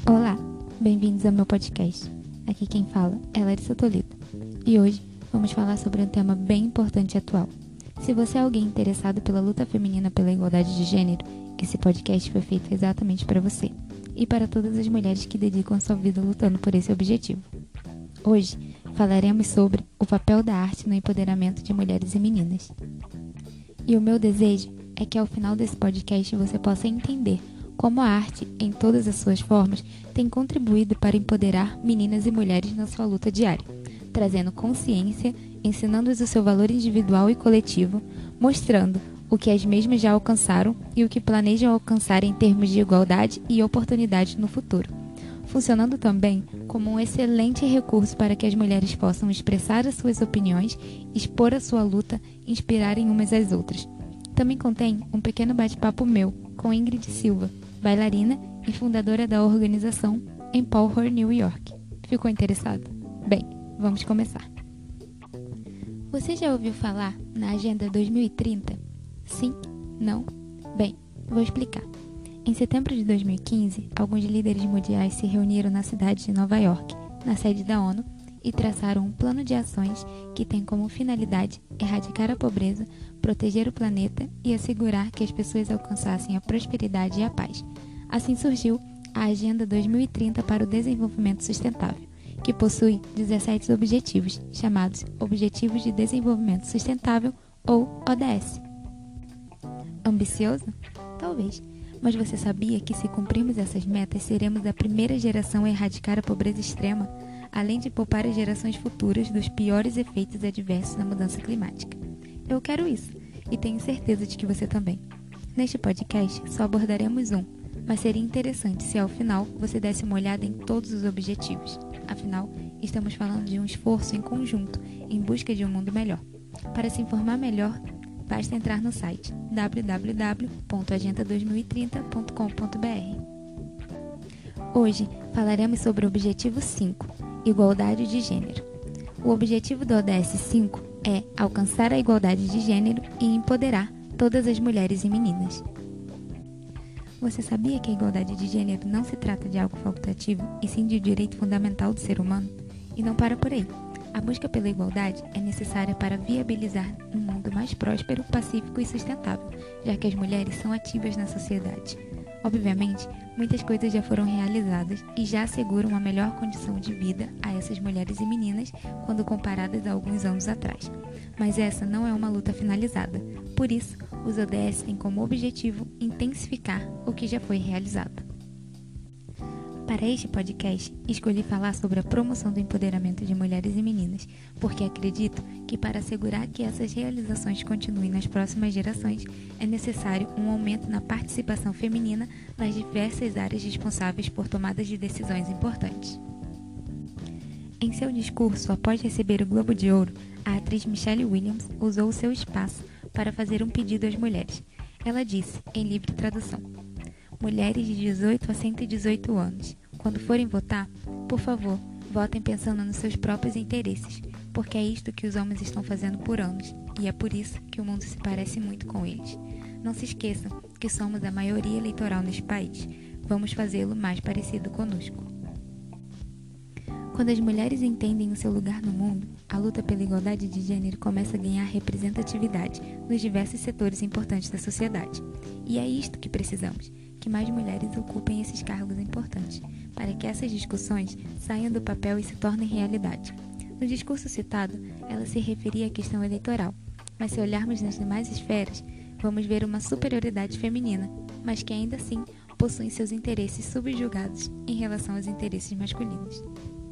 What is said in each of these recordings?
Olá, bem-vindos ao meu podcast. Aqui quem fala é Larissa Toledo e hoje vamos falar sobre um tema bem importante e atual. Se você é alguém interessado pela luta feminina pela igualdade de gênero, esse podcast foi feito exatamente para você e para todas as mulheres que dedicam sua vida lutando por esse objetivo. Hoje falaremos sobre o papel da arte no empoderamento de mulheres e meninas. E o meu desejo é que ao final desse podcast você possa entender como a arte, em todas as suas formas, tem contribuído para empoderar meninas e mulheres na sua luta diária, trazendo consciência, ensinando-as o seu valor individual e coletivo, mostrando o que as mesmas já alcançaram e o que planejam alcançar em termos de igualdade e oportunidade no futuro, funcionando também como um excelente recurso para que as mulheres possam expressar as suas opiniões, expor a sua luta e inspirarem umas às outras. Também contém um pequeno bate-papo meu com Ingrid Silva, bailarina e fundadora da organização Empower New York. Ficou interessado? Bem, vamos começar. Você já ouviu falar na Agenda 2030? Sim? Não? Bem, vou explicar. Em setembro de 2015, alguns líderes mundiais se reuniram na cidade de Nova York, na sede da ONU, e traçaram um plano de ações que tem como finalidade erradicar a pobreza, proteger o planeta e assegurar que as pessoas alcançassem a prosperidade e a paz. Assim surgiu a Agenda 2030 para o Desenvolvimento Sustentável, que possui 17 objetivos, chamados Objetivos de Desenvolvimento Sustentável, ou ODS. Ambicioso? Talvez. Mas você sabia que se cumprirmos essas metas, seremos a primeira geração a erradicar a pobreza extrema, além de poupar as gerações futuras dos piores efeitos adversos da mudança climática? Eu quero isso, e tenho certeza de que você também. Neste podcast, só abordaremos um, mas seria interessante se ao final você desse uma olhada em todos os objetivos. Afinal, estamos falando de um esforço em conjunto, em busca de um mundo melhor. Para se informar melhor, basta entrar no site www.agenda2030.com.br. Hoje falaremos sobre o Objetivo 5, Igualdade de Gênero. O objetivo do ODS 5 é alcançar a igualdade de gênero e empoderar todas as mulheres e meninas. Você sabia que a igualdade de gênero não se trata de algo facultativo, e sim de um direito fundamental do ser humano? E não para por aí. A busca pela igualdade é necessária para viabilizar um mundo mais próspero, pacífico e sustentável, já que as mulheres são ativas na sociedade. Obviamente, muitas coisas já foram realizadas e já asseguram uma melhor condição de vida a essas mulheres e meninas quando comparadas a alguns anos atrás. Mas essa não é uma luta finalizada. Por isso, os ODS têm como objetivo intensificar o que já foi realizado. Para este podcast, escolhi falar sobre a promoção do empoderamento de mulheres e meninas, porque acredito que para assegurar que essas realizações continuem nas próximas gerações, é necessário um aumento na participação feminina nas diversas áreas responsáveis por tomadas de decisões importantes. Em seu discurso após receber o Globo de Ouro, a atriz Michelle Williams usou o seu espaço para fazer um pedido às mulheres. Ela disse, em livre tradução: mulheres de 18 a 118 anos, quando forem votar, por favor, votem pensando nos seus próprios interesses, porque é isto que os homens estão fazendo por anos, e é por isso que o mundo se parece muito com eles. Não se esqueçam que somos a maioria eleitoral neste país. Vamos fazê-lo mais parecido conosco. Quando as mulheres entendem o seu lugar no mundo, a luta pela igualdade de gênero começa a ganhar representatividade nos diversos setores importantes da sociedade. E é isto que precisamos, que mais mulheres ocupem esses cargos importantes, para que essas discussões saiam do papel e se tornem realidade. No discurso citado, ela se referia à questão eleitoral, mas se olharmos nas demais esferas, vamos ver uma superioridade feminina, mas que ainda assim possuem seus interesses subjugados em relação aos interesses masculinos.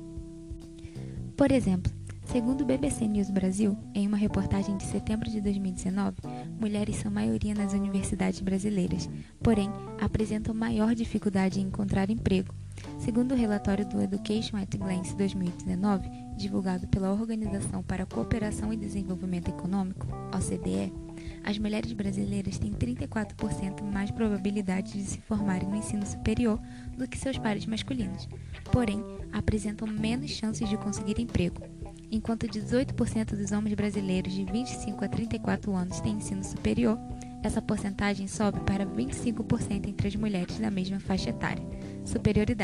Por exemplo, segundo o BBC News Brasil, em uma reportagem de setembro de 2019, mulheres são maioria nas universidades brasileiras, porém apresentam maior dificuldade em encontrar emprego. Segundo o relatório do Education at Glance 2019, divulgado pela Organização para a Cooperação e Desenvolvimento Econômico, OCDE, as mulheres brasileiras têm 34% mais probabilidade de se formarem no ensino superior do que seus pares masculinos, porém apresentam menos chances de conseguir emprego. Enquanto 18% dos homens brasileiros de 25 a 34 anos têm ensino superior, essa porcentagem sobe para 25% entre as mulheres da mesma faixa etária. Superioridade,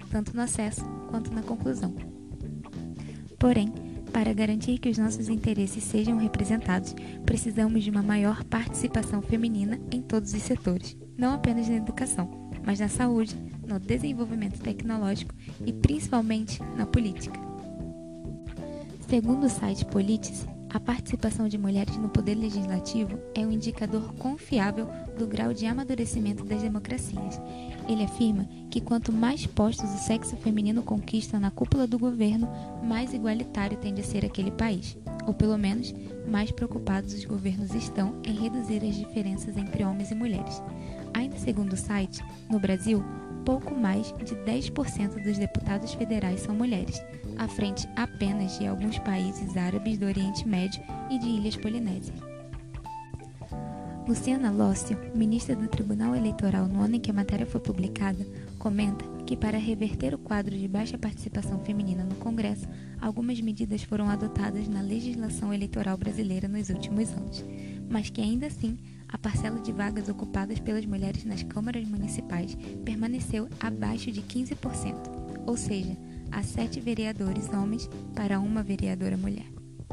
tanto no acesso quanto na conclusão. Porém, para garantir que os nossos interesses sejam representados, precisamos de uma maior participação feminina em todos os setores, não apenas na educação, mas na saúde, no desenvolvimento tecnológico e principalmente na política. Segundo o site Politice, a participação de mulheres no poder legislativo é um indicador confiável do grau de amadurecimento das democracias. Ele afirma que quanto mais postos o sexo feminino conquista na cúpula do governo, mais igualitário tende a ser aquele país, ou pelo menos, mais preocupados os governos estão em reduzir as diferenças entre homens e mulheres. Ainda segundo o site, no Brasil, pouco mais de 10% dos deputados federais são mulheres, à frente apenas de alguns países árabes do Oriente Médio e de Ilhas Polinésias. Luciana Lócio, ministra do Tribunal Eleitoral no ano em que a matéria foi publicada, comenta que para reverter o quadro de baixa participação feminina no Congresso, algumas medidas foram adotadas na legislação eleitoral brasileira nos últimos anos, mas que ainda assim a parcela de vagas ocupadas pelas mulheres nas câmaras municipais permaneceu abaixo de 15%, ou seja, há 7 vereadores homens para uma vereadora mulher.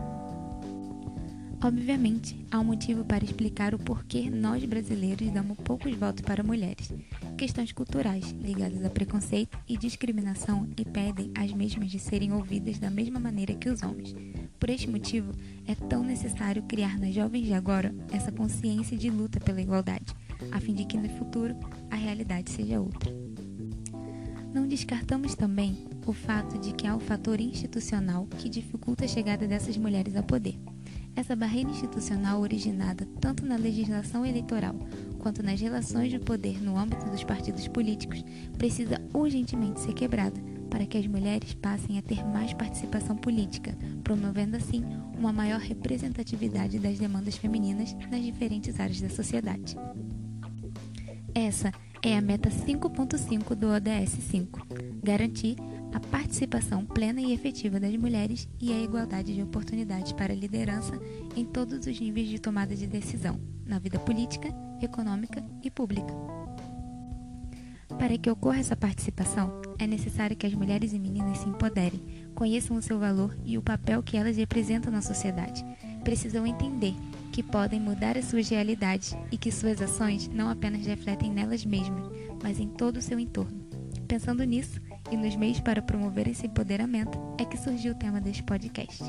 Obviamente, há um motivo para explicar o porquê nós brasileiros damos poucos votos para mulheres. Questões culturais ligadas a preconceito e discriminação impedem as mesmas de serem ouvidas da mesma maneira que os homens. Por este motivo, é tão necessário criar nas jovens de agora essa consciência de luta pela igualdade, a fim de que no futuro a realidade seja outra. Não descartamos também o fato de que há um fator institucional que dificulta a chegada dessas mulheres ao poder. Essa barreira institucional originada tanto na legislação eleitoral quanto nas relações de poder no âmbito dos partidos políticos precisa urgentemente ser quebrada para que as mulheres passem a ter mais participação política, promovendo assim uma maior representatividade das demandas femininas nas diferentes áreas da sociedade. Essa é a meta 5.5 do ODS 5, garantir a participação plena e efetiva das mulheres e a igualdade de oportunidades para a liderança em todos os níveis de tomada de decisão, na vida política, econômica e pública. Para que ocorra essa participação, é necessário que as mulheres e meninas se empoderem, conheçam o seu valor e o papel que elas representam na sociedade. Precisam entender que podem mudar as suas realidades e que suas ações não apenas refletem nelas mesmas, mas em todo o seu entorno. Pensando nisso, e nos meios para promover esse empoderamento é que surgiu o tema deste podcast.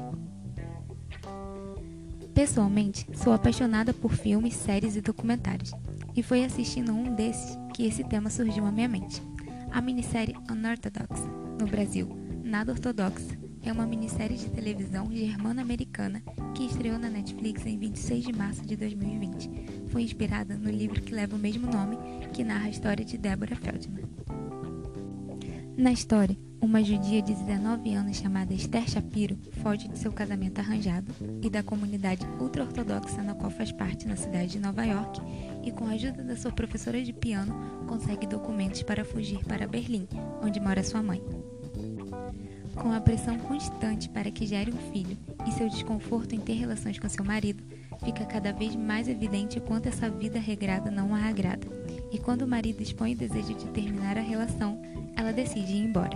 Pessoalmente, sou apaixonada por filmes, séries e documentários, e foi assistindo a um desses que esse tema surgiu à minha mente. A minissérie Unorthodox, no Brasil, Nada Ortodoxa, é uma minissérie de televisão germano-americana que estreou na Netflix em 26 de março de 2020. Foi inspirada no livro que leva o mesmo nome, que narra a história de Deborah Feldman. Na história, uma judia de 19 anos chamada Esther Shapiro foge de seu casamento arranjado e da comunidade ultra-ortodoxa na qual faz parte na cidade de Nova York e, com a ajuda da sua professora de piano, consegue documentos para fugir para Berlim, onde mora sua mãe. Com a pressão constante para que gere um filho e seu desconforto em ter relações com seu marido, fica cada vez mais evidente o quanto essa vida regrada não a agrada. E quando o marido expõe o desejo de terminar a relação, ela decide ir embora.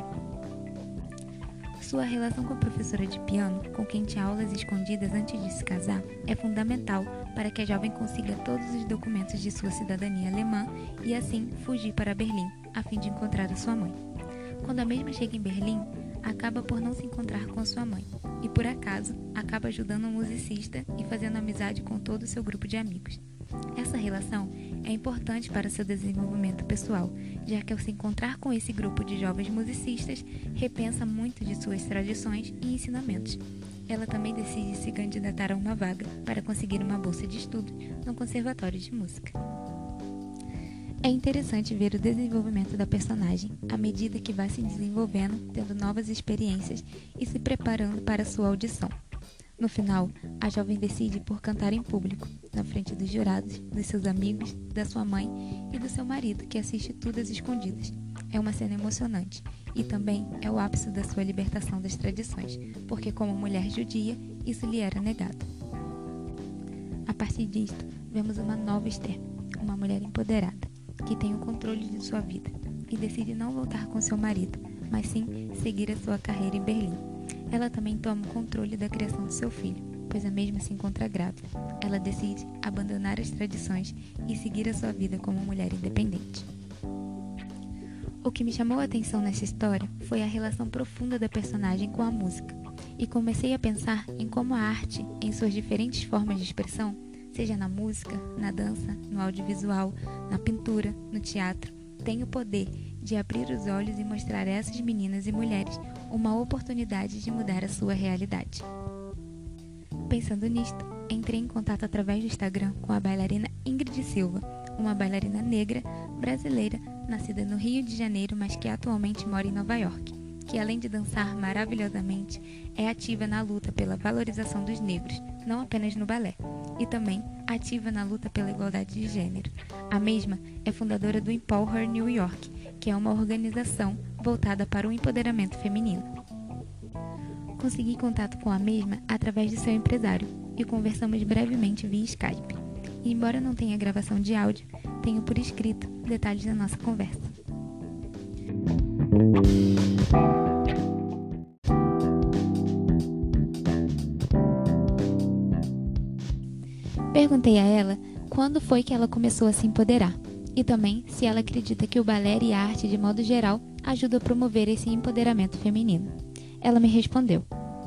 Sua relação com a professora de piano, com quem tinha aulas escondidas antes de se casar, é fundamental para que a jovem consiga todos os documentos de sua cidadania alemã e assim fugir para Berlim, a fim de encontrar a sua mãe. Quando a mesma chega em Berlim, acaba por não se encontrar com sua mãe e, por acaso, acaba ajudando um musicista e fazendo amizade com todo o seu grupo de amigos. Essa relação é importante para seu desenvolvimento pessoal, já que ao se encontrar com esse grupo de jovens musicistas, repensa muito de suas tradições e ensinamentos. Ela também decide se candidatar a uma vaga para conseguir uma bolsa de estudo no Conservatório de Música. É interessante ver o desenvolvimento da personagem à medida que vai se desenvolvendo, tendo novas experiências e se preparando para sua audição. No final, a jovem decide por cantar em público, na frente dos jurados, dos seus amigos, da sua mãe e do seu marido, que assiste tudo às escondidas. É uma cena emocionante e também é o ápice da sua libertação das tradições, porque como mulher judia, isso lhe era negado. A partir disto, vemos uma nova Esther, uma mulher empoderada, que tem o controle de sua vida e decide não voltar com seu marido, mas sim seguir a sua carreira em Berlim. Ela também toma o controle da criação do seu filho, pois a mesma se encontra grávida. Ela decide abandonar as tradições e seguir a sua vida como mulher independente. O que me chamou a atenção nessa história foi a relação profunda da personagem com a música, e comecei a pensar em como a arte, em suas diferentes formas de expressão, seja na música, na dança, no audiovisual, na pintura, no teatro, tem o poder de abrir os olhos e mostrar a essas meninas e mulheres uma oportunidade de mudar a sua realidade. Pensando nisto, entrei em contato através do Instagram com a bailarina Ingrid Silva, uma bailarina negra brasileira nascida no Rio de Janeiro, mas que atualmente mora em Nova York, que além de dançar maravilhosamente, é ativa na luta pela valorização dos negros, não apenas no balé, e também ativa na luta pela igualdade de gênero. A mesma é fundadora do Empower New York, que é uma organização voltada para o empoderamento feminino. Consegui contato com a mesma através de seu empresário e conversamos brevemente via Skype. E embora não tenha gravação de áudio, tenho por escrito detalhes da nossa conversa. Perguntei a ela quando foi que ela começou a se empoderar e também se ela acredita que o balé e a arte de modo geral ajudam a promover esse empoderamento feminino. Ela me respondeu: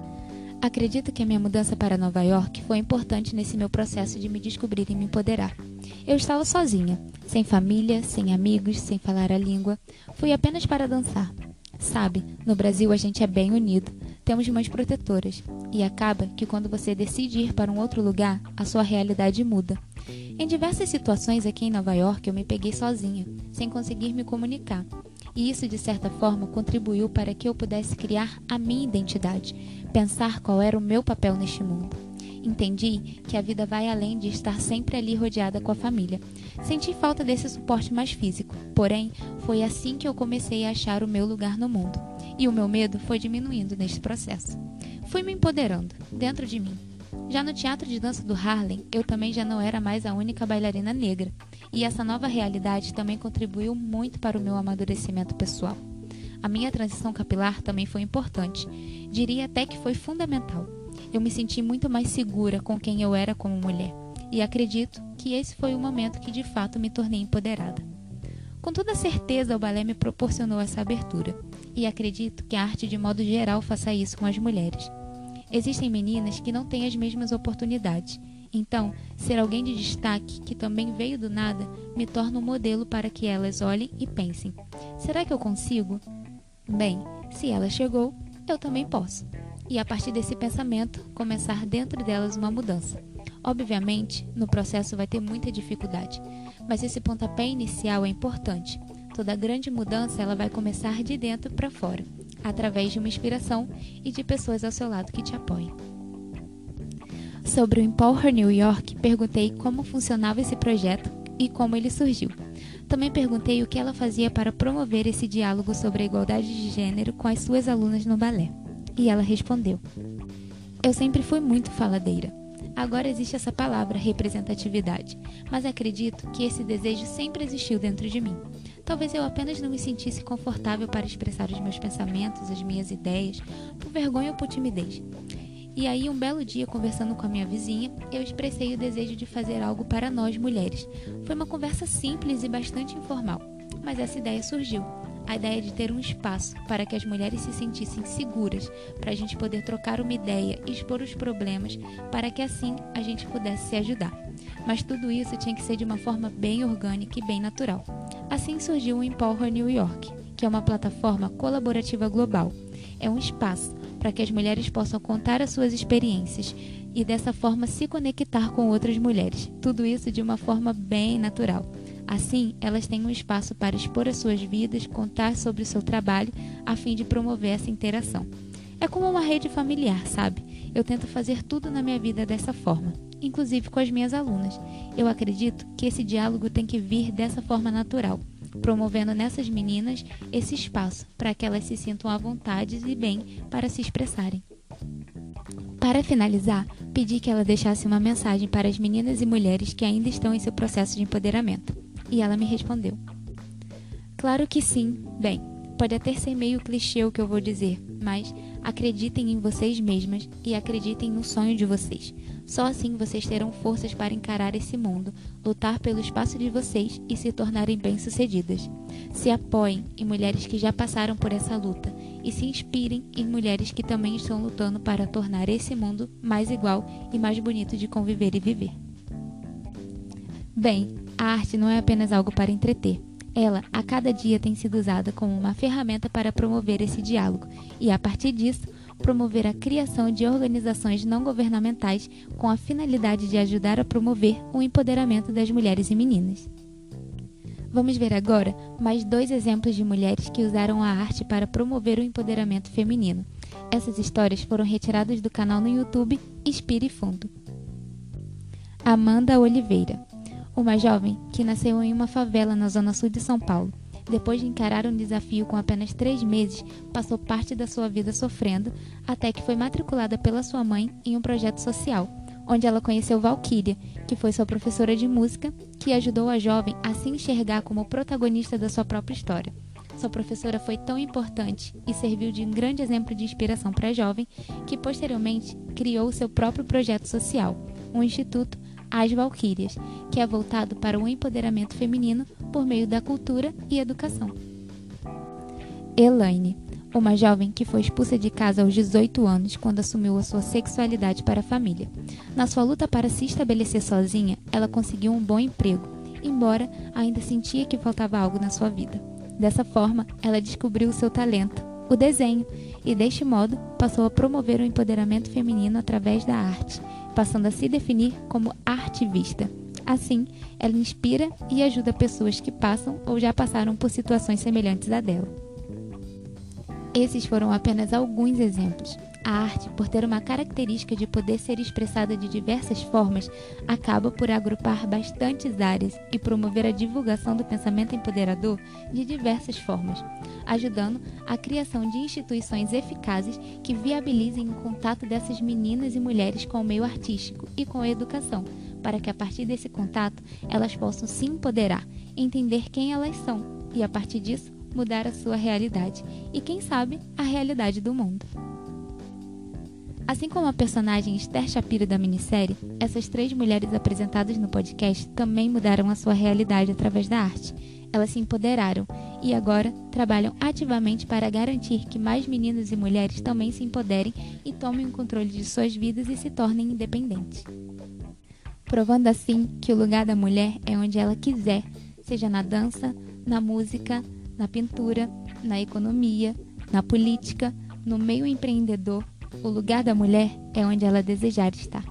acredito que a minha mudança para Nova York foi importante nesse meu processo de me descobrir e me empoderar. Eu estava sozinha, sem família, sem amigos, sem falar a língua. Fui apenas para dançar. Sabe, no Brasil a gente é bem unido, temos mães protetoras, e acaba que quando você decide ir para um outro lugar, a sua realidade muda. Em diversas situações aqui em Nova York eu me peguei sozinha, sem conseguir me comunicar, e isso de certa forma contribuiu para que eu pudesse criar a minha identidade, pensar qual era o meu papel neste mundo. Entendi que a vida vai além de estar sempre ali rodeada com a família. Senti falta desse suporte mais físico, porém, foi assim que eu comecei a achar o meu lugar no mundo, e o meu medo foi diminuindo neste processo. Fui me empoderando, dentro de mim. Já no teatro de dança do Harlem, eu também já não era mais a única bailarina negra, e essa nova realidade também contribuiu muito para o meu amadurecimento pessoal. A minha transição capilar também foi importante, diria até que foi fundamental. Eu me senti muito mais segura com quem eu era como mulher, e acredito que esse foi o momento que de fato me tornei empoderada. Com toda certeza o balé me proporcionou essa abertura, e acredito que a arte de modo geral faça isso com as mulheres. Existem meninas que não têm as mesmas oportunidades, então ser alguém de destaque que também veio do nada me torna um modelo para que elas olhem e pensem: será que eu consigo? Bem, se ela chegou, eu também posso. E a partir desse pensamento, começar dentro delas uma mudança. Obviamente, no processo vai ter muita dificuldade, mas esse pontapé inicial é importante. Toda grande mudança ela vai começar de dentro para fora, através de uma inspiração e de pessoas ao seu lado que te apoiem. Sobre o Empower New York, perguntei como funcionava esse projeto e como ele surgiu. Também perguntei o que ela fazia para promover esse diálogo sobre a igualdade de gênero com as suas alunas no balé. E ela respondeu: eu sempre fui muito faladeira. Agora existe essa palavra, representatividade, mas acredito que esse desejo sempre existiu dentro de mim. Talvez eu apenas não me sentisse confortável para expressar os meus pensamentos, as minhas ideias, por vergonha ou por timidez. E aí, um belo dia, conversando com a minha vizinha, eu expressei o desejo de fazer algo para nós mulheres. Foi uma conversa simples e bastante informal, mas essa ideia surgiu. A ideia de ter um espaço para que as mulheres se sentissem seguras, para a gente poder trocar uma ideia e expor os problemas, para que assim a gente pudesse se ajudar. Mas tudo isso tinha que ser de uma forma bem orgânica e bem natural. Assim surgiu o Empower New York, que é uma plataforma colaborativa global. É um espaço para que as mulheres possam contar as suas experiências e dessa forma se conectar com outras mulheres. Tudo isso de uma forma bem natural. Assim, elas têm um espaço para expor as suas vidas, contar sobre o seu trabalho, a fim de promover essa interação. É como uma rede familiar, sabe? Eu tento fazer tudo na minha vida dessa forma, inclusive com as minhas alunas. Eu acredito que esse diálogo tem que vir dessa forma natural, promovendo nessas meninas esse espaço para que elas se sintam à vontade e bem para se expressarem. Para finalizar, pedi que ela deixasse uma mensagem para as meninas e mulheres que ainda estão em seu processo de empoderamento. E ela me respondeu: claro que sim. Bem, Pode até ser meio clichê o que eu vou dizer, mas acreditem em vocês mesmas e acreditem no sonho de vocês. Só assim vocês terão forças para encarar esse mundo, lutar pelo espaço de vocês e se tornarem bem-sucedidas. Se apoiem em mulheres que já passaram por essa luta e se inspirem em mulheres que também estão lutando para tornar esse mundo mais igual e mais bonito de conviver e viver. Bem, a arte não é apenas algo para entreter. Ela, a cada dia, tem sido usada como uma ferramenta para promover esse diálogo e, a partir disso, promover a criação de organizações não governamentais com a finalidade de ajudar a promover o empoderamento das mulheres e meninas. Vamos ver agora mais 2 exemplos de mulheres que usaram a arte para promover o empoderamento feminino. Essas histórias foram retiradas do canal no YouTube Inspire Fundo. Amanda Oliveira, uma jovem que nasceu em uma favela na zona sul de São Paulo. Depois de encarar um desafio com apenas 3 meses, passou parte da sua vida sofrendo, até que foi matriculada pela sua mãe em um projeto social, onde ela conheceu Valquíria, que foi sua professora de música, que ajudou a jovem a se enxergar como protagonista da sua própria história. Sua professora foi tão importante e serviu de um grande exemplo de inspiração para a jovem, que posteriormente criou seu próprio projeto social, um instituto, As Valquírias, que é voltado para o empoderamento feminino por meio da cultura e educação. Elaine, uma jovem que foi expulsa de casa aos 18 anos quando assumiu a sua sexualidade para a família. Na sua luta para se estabelecer sozinha, ela conseguiu um bom emprego, embora ainda sentia que faltava algo na sua vida. Dessa forma, ela descobriu o seu talento, o desenho, e deste modo passou a promover o empoderamento feminino através da arte, passando a se definir como artivista. Assim, ela inspira e ajuda pessoas que passam ou já passaram por situações semelhantes à dela. Esses foram apenas alguns exemplos. A arte, por ter uma característica de poder ser expressada de diversas formas, acaba por agrupar bastantes áreas e promover a divulgação do pensamento empoderador de diversas formas, ajudando a criação de instituições eficazes que viabilizem o contato dessas meninas e mulheres com o meio artístico e com a educação, para que a partir desse contato elas possam se empoderar, entender quem elas são e, a partir disso, mudar a sua realidade e, quem sabe, a realidade do mundo. Assim como a personagem Esther Shapiro da minissérie, essas 3 mulheres apresentadas no podcast também mudaram a sua realidade através da arte. Elas se empoderaram e agora trabalham ativamente para garantir que mais meninas e mulheres também se empoderem e tomem o controle de suas vidas e se tornem independentes. Provando assim que o lugar da mulher é onde ela quiser, seja na dança, na música, na pintura, na economia, na política, no meio empreendedor. O lugar da mulher é onde ela desejar estar.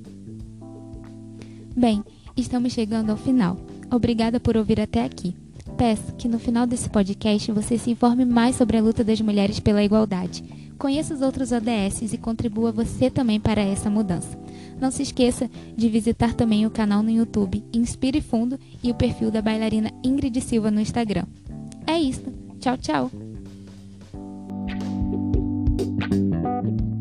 Bem, estamos chegando ao final. Obrigada por ouvir até aqui. Peço que no final desse podcast você se informe mais sobre a luta das mulheres pela igualdade. Conheça os outros ODS e contribua você também para essa mudança. Não se esqueça de visitar também o canal no YouTube Inspire Fundo e o perfil da bailarina Ingrid Silva no Instagram. É isso. Tchau, tchau!